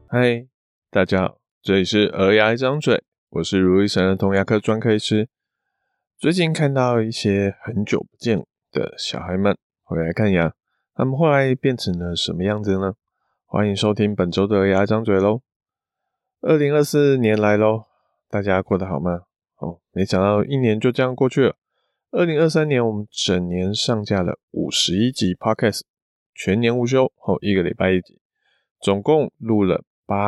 嗨，大家好，这里是儿牙一张嘴，我是如意神儿童牙科专科医师。最近看到一些很久不见的小孩们回来看牙，他们后来变成了什么样子呢？欢迎收听本周的儿牙一张嘴咯。2024年来咯，大家过得好吗？没想到一年就这样过去了。2023年我们整年上架了51集 Podcast， 全年无休，一个礼拜一集，总共录了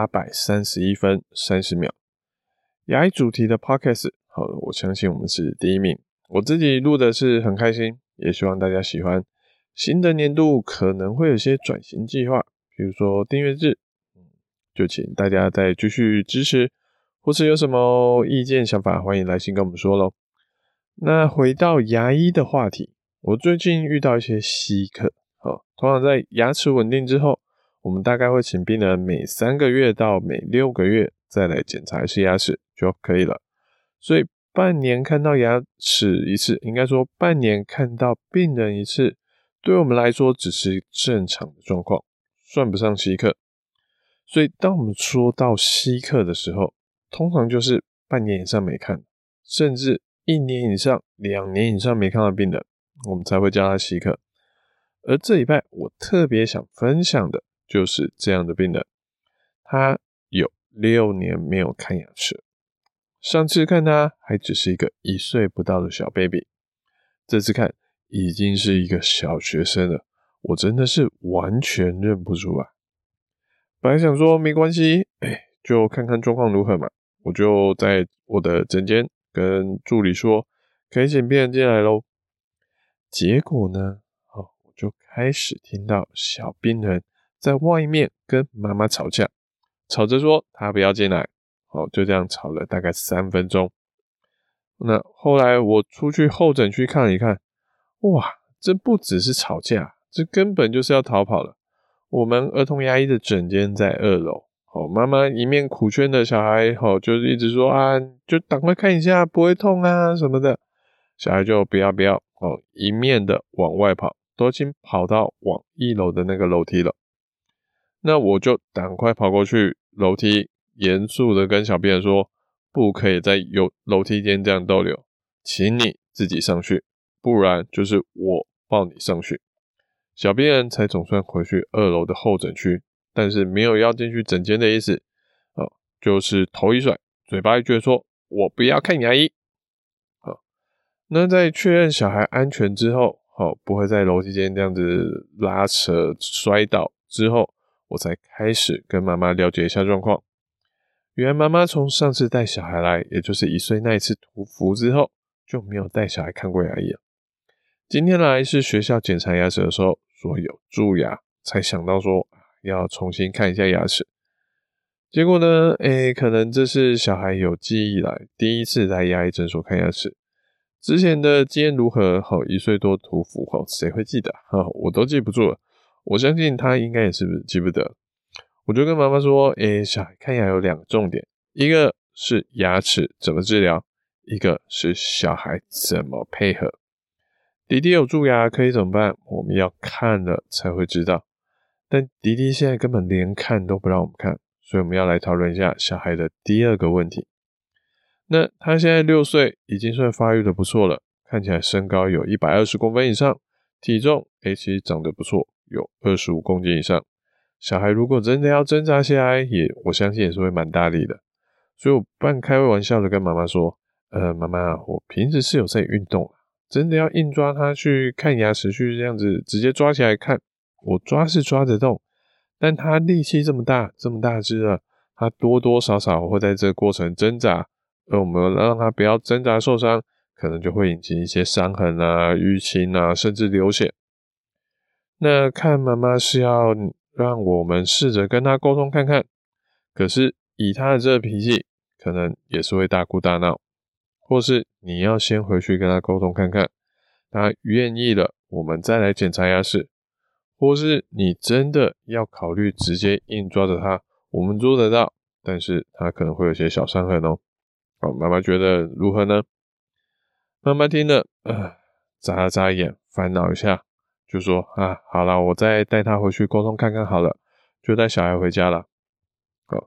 831分30秒。牙医主题的 Podcast， 我相信我们是第一名。我自己录的是很开心，也希望大家喜欢。新的年度可能会有些转型计划，比如说订阅制，就请大家再继续支持，或是有什么意见想法，欢迎来信跟我们说咯。那回到牙医的话题，我最近遇到一些稀客，通常在牙齿稳定之后，我们大概会请病人每3个月到每6个月再来检查一次牙齿就可以了。所以半年看到牙齿一次，应该说半年看到病人一次，对我们来说只是正常的状况，算不上稀客。所以当我们说到稀客的时候，通常就是半年以上没看，甚至1年以上、2年以上没看到病人，我们才会叫他稀客。而这礼拜我特别想分享的就是这样的病人，他有6年没有看牙齿，上次看他还只是一个1岁不到的小 baby， 这次看已经是一个小学生了，我真的是完全认不出来。本来想说没关系，就看看状况如何嘛，我就在我的诊间跟助理说可以请病人进来咯。结果呢，我就开始听到小病人在外面跟妈妈吵架，吵着说他不要进来，就这样吵了大概3分钟。那后来我出去候诊区看了一看，哇，这不只是吵架，这根本就是要逃跑了。我们儿童牙医的诊间在2楼，妈妈一面苦劝的小孩，就是一直说啊，就赶快看一下，不会痛啊什么的。小孩就不要，一面的往外跑，都已经跑到往1楼的那个楼梯了。那我就赶快跑过去楼梯，严肃的跟小病人说，不可以在楼梯间这样逗留，请你自己上去，不然就是我抱你上去。小病人才总算回去2楼的候诊区，但是没有要进去诊间的意思，就是头一甩，嘴巴一撅说，我不要看牙医。那在确认小孩安全之后，不会在楼梯间这样子拉扯摔倒之后，我才开始跟妈妈了解一下状况。原来妈妈从上次带小孩来，也就是1岁那一次涂氟之后，就没有带小孩看过牙医了。今天来是学校检查牙齿的时候说有蛀牙，才想到说要重新看一下牙齿。结果呢，可能这是小孩有记忆以来第一次来牙医诊所看牙齿。之前的经验如何？1岁多涂氟，谁会记得？我都记不住了。我相信他应该也是记不得。我就跟妈妈说，小孩看牙有2个重点，一个是牙齿怎么治疗，一个是小孩怎么配合。弟弟有蛀牙可以怎么办？我们要看了才会知道。但弟弟现在根本连看都不让我们看，所以我们要来讨论一下小孩的第2个问题。那他现在6岁，已经算发育的不错了，看起来身高有120公分以上，体重其实长得不错，有25公斤以上。小孩如果真的要挣扎起来，我相信也是会蛮大力的。所以我半开玩笑的跟妈妈说，妈妈，我平时是有在运动，真的要硬抓他去看牙齿，去这样子直接抓起来看，我抓是抓得动，但他力气这么大只了，他多多少少会在这个过程挣扎，而我们让他不要挣扎受伤，可能就会引起一些伤痕啊、淤青啊，甚至流血。那看妈妈是要让我们试着跟他沟通看看，可是以他的这个脾气，可能也是会大哭大闹，或是你要先回去跟他沟通看看，他愿意了，我们再来检查牙齿，或是你真的要考虑直接硬抓着他，我们做得到，但是他可能会有些小伤痕哦。妈妈觉得如何呢？妈妈听了，眨了眨眼，烦恼一下，就说好啦，我再带他回去沟通看看好了，就带小孩回家了。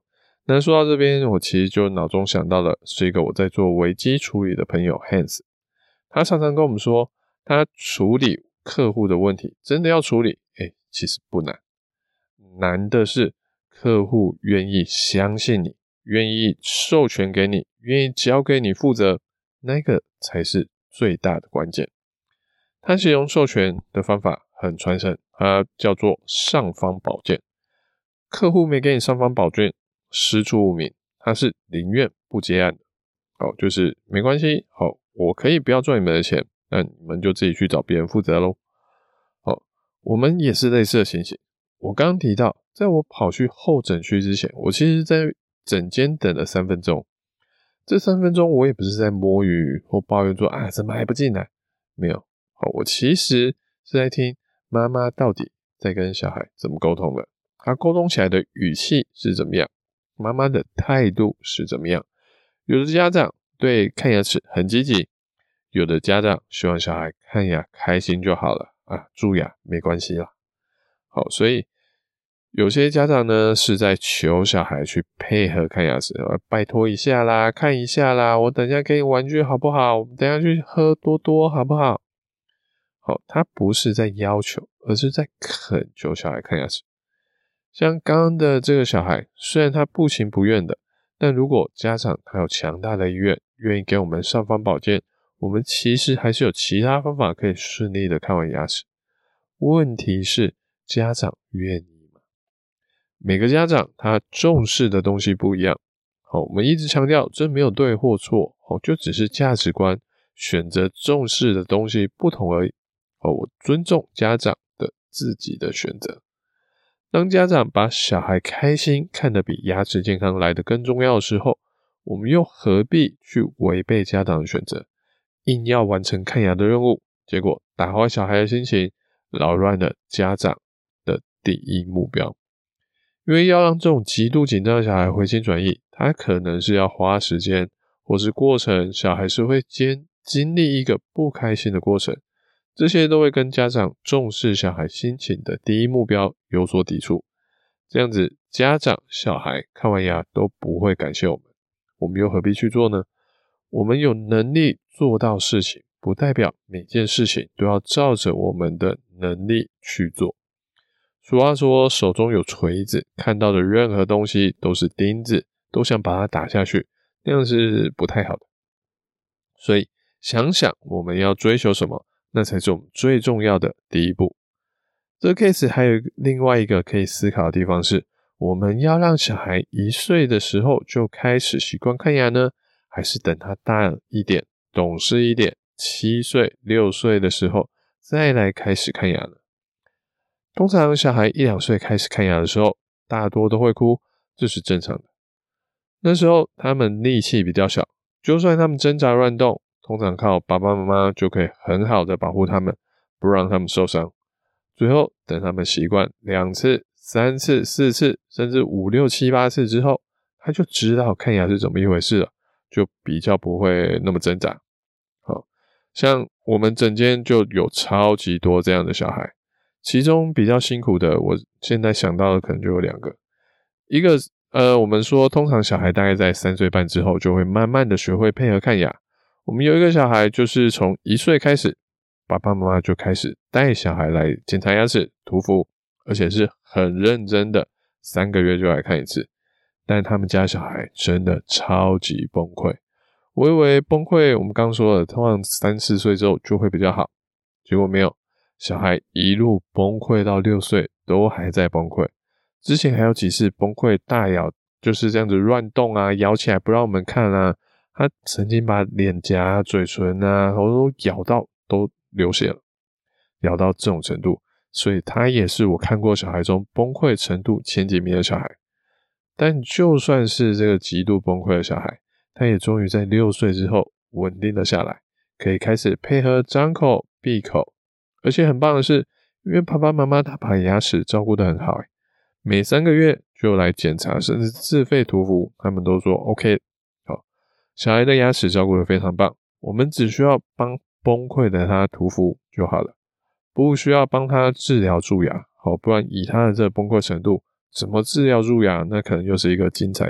那说到这边，我其实就脑中想到的是一个我在做危机处理的朋友 Hans， 他常常跟我们说，他处理客户的问题真的要处理，其实不难，难的是客户愿意相信你，愿意授权给你，愿意交给你负责，那个才是最大的关键。他形容授权的方法很传神，它叫做尚方宝剑。客户没给你尚方宝剑，师出无名，他是宁愿不接案的。就是没关系，我可以不要赚你们的钱，那你们就自己去找别人负责咯。我们也是类似的情形。我刚刚提到，在我跑去候诊区之前，我其实在诊间等了3分钟。这3分钟我也不是在摸鱼或抱怨说怎么还不进来，没有。我其实是在听妈妈到底在跟小孩怎么沟通的，她沟通起来的语气是怎么样，妈妈的态度是怎么样。有的家长对看牙齿很积极，有的家长希望小孩看牙开心就好了蛀牙没关系啦。所以有些家长呢是在求小孩去配合看牙齿，拜托一下啦，看一下啦，我等一下给你玩具好不好？我们等一下去喝多多好不好？他不是在要求，而是在恳求小孩看牙齿。像刚刚的这个小孩，虽然他不情不愿的，但如果家长他有强大的意愿，愿意给我们尚方宝剑，我们其实还是有其他方法可以顺利的看完牙齿。问题是家长愿意吗？每个家长他重视的东西不一样。我们一直强调这没有对或错，就只是价值观选择重视的东西不同而已。我尊重家长的自己的选择。当家长把小孩开心看得比牙齿健康来得更重要的时候，我们又何必去违背家长的选择，硬要完成看牙的任务，结果打坏小孩的心情，扰乱了家长的第一目标。因为要让这种极度紧张的小孩回心转意，他可能是要花时间，或是过程，小孩是会经历一个不开心的过程，这些都会跟家长重视小孩心情的第一目标有所抵触。这样子家长小孩看完牙都不会感谢我们，我们又何必去做呢？我们有能力做到事情，不代表每件事情都要照着我们的能力去做。俗话说手中有锤子，看到的任何东西都是钉子，都想把它打下去，那样是不太好的。所以想想我们要追求什么，那才是我们最重要的第一步。这个 case 还有另外一个可以思考的地方是，我们要让小孩1岁的时候就开始习惯看牙呢，还是等他大一点，懂事一点，7岁、6岁的时候再来开始看牙呢？通常小孩1-2岁开始看牙的时候，大多都会哭，这是正常的。那时候他们力气比较小，就算他们挣扎乱动，通常靠爸爸妈妈就可以很好的保护他们，不让他们受伤。最后等他们习惯2次、3次、4次，甚至5、6、7、8次之后，他就知道看牙是怎么一回事了，就比较不会那么挣扎。像我们诊间就有超级多这样的小孩，其中比较辛苦的，我现在想到的可能就有2个。一个我们说通常小孩大概在3岁半之后就会慢慢的学会配合看牙。我们有一个小孩就是从1岁开始，爸爸妈妈就开始带小孩来检查牙齿、涂氟，而且是很认真的，3个月就来看一次。但他们家小孩真的超级崩溃。我以为崩溃我们刚说了，通常3、4岁之后就会比较好，结果没有，小孩一路崩溃到6岁都还在崩溃。之前还有几次崩溃大咬，就是这样子乱动咬起来不让我们看他曾经把脸颊、嘴唇都咬到都流血了，咬到这种程度，所以他也是我看过小孩中崩溃程度前几名的小孩。但就算是这个极度崩溃的小孩，他也终于在6岁之后稳定了下来，可以开始配合张口闭口。而且很棒的是，因为爸爸妈妈他把牙齿照顾得很好，每3个月就来检查，甚至自费涂氟，他们都说 OK。 好，小孩的牙齿照顾得非常棒，我们只需要帮崩溃的他涂氟就好了，不需要帮他治疗蛀牙。不然以他的这个崩溃程度，怎么治疗蛀牙，那可能又是一个精彩的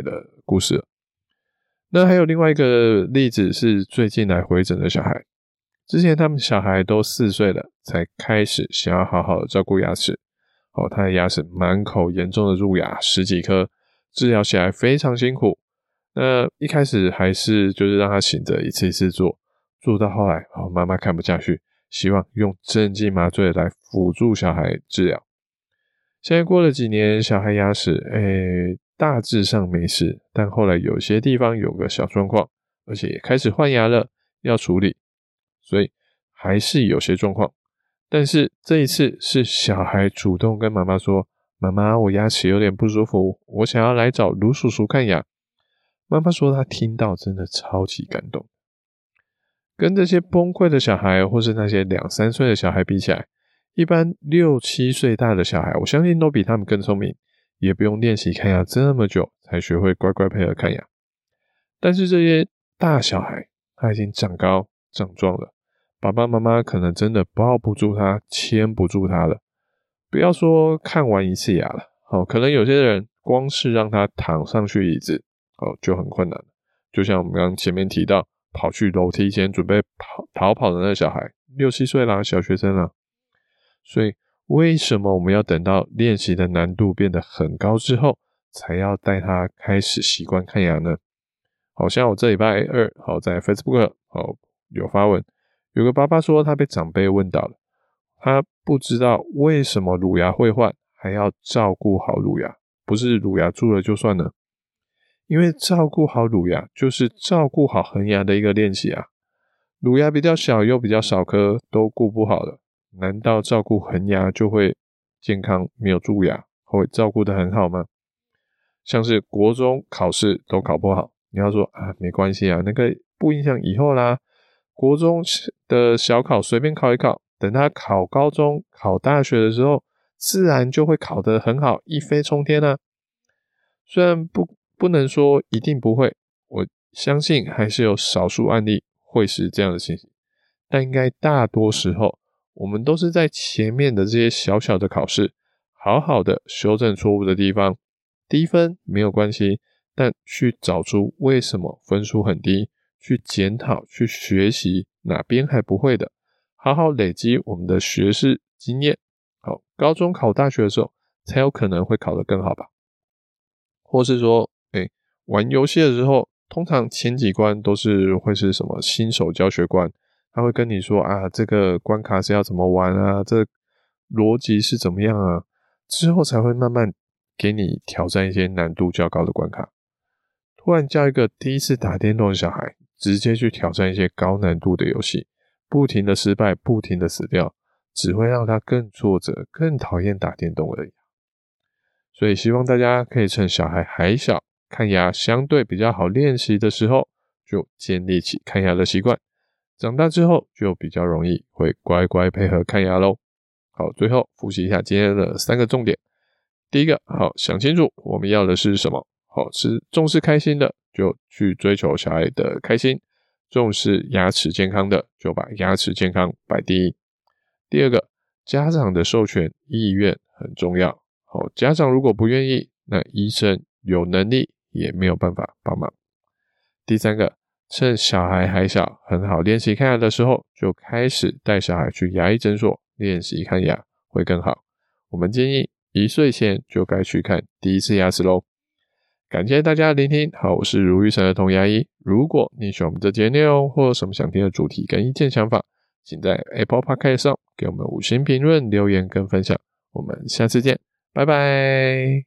故事了。那还有另外一个例子是最近来回诊的小孩，之前他们小孩都4岁了才开始想要好好的照顾牙齿，他的牙齿满口严重的蛀牙10几颗，治疗起来非常辛苦。那一开始还是就是让他醒着一次一次做到后来妈妈看不下去，希望用镇静麻醉来辅助小孩治疗。现在过了几年，小孩牙齿大致上没事，但后来有些地方有个小状况，而且也开始换牙了，要处理，所以还是有些状况。但是这一次是小孩主动跟妈妈说，妈妈，我牙齿有点不舒服，我想要来找卢叔叔看牙。妈妈说她听到真的超级感动。跟这些崩溃的小孩或是那些2、3岁的小孩比起来，一般6、7岁大的小孩，我相信都比他们更聪明，也不用练习看牙这么久才学会乖乖配合看牙。但是这些大小孩他已经长高长壮了，爸爸妈妈可能真的抱不住他，牵不住他了。不要说看完一次牙了，可能有些人光是让他躺上去椅子就很困难了。就像我们刚刚前面提到跑去楼梯间准备逃跑的那个小孩，6、7岁啦，小学生啦。所以为什么我们要等到练习的难度变得很高之后，才要带他开始习惯看牙呢？好像我这礼拜2在 Facebook 有发文，有个爸爸说他被长辈问到了，他不知道为什么乳牙会换，还要照顾好乳牙，不是乳牙蛀了就算了。因为照顾好乳牙就是照顾好恒牙的一个练习啊。乳牙比较小又比较少颗，都顾不好了，难道照顾恒牙就会健康没有蛀牙，会照顾得很好吗？像是国中考试都考不好，你要说没关系啊，那个不影响以后啦，国中的小考随便考一考，等他考高中考大学的时候，自然就会考得很好，一飞冲天啊。虽然不能说一定不会，我相信还是有少数案例会是这样的情形，但应该大多时候我们都是在前面的这些小小的考试好好的修正错误的地方，低分没有关系，但去找出为什么分数很低，去检讨去学习哪边还不会的，好好累积我们的学识经验，高中考大学的时候才有可能会考得更好吧。或是说玩游戏的时候，通常前几关都是会是什么新手教学关，他会跟你说这个关卡是要怎么玩啊，这逻辑是怎么样啊，之后才会慢慢给你挑战一些难度较高的关卡。突然叫一个第一次打电动的小孩直接去挑战一些高难度的游戏，不停的失败，不停的死掉，只会让他更挫折，更讨厌打电动而已。所以希望大家可以趁小孩还小，看牙相对比较好练习的时候，就建立起看牙的习惯，长大之后就比较容易会乖乖配合看牙咯。好，最后复习一下今天的3个重点。第一个，想清楚我们要的是什么，是重视开心的，就去追求小孩的开心，重视牙齿健康的，就把牙齿健康摆第一。第二个，家长的授权意愿很重要，家长如果不愿意，那医生有能力也没有办法帮忙。第三个，趁小孩还小，很好练习看牙的时候，就开始带小孩去牙医诊所练习看牙会更好。我们建议1岁前就该去看第一次牙齿咯。感谢大家的聆听，我是如玉成儿童牙医。如果你喜欢我们这节内容，或有什么想听的主题跟意见想法，请在 Apple Podcast 上给我们5星评论、留言跟分享。我们下次见，拜拜。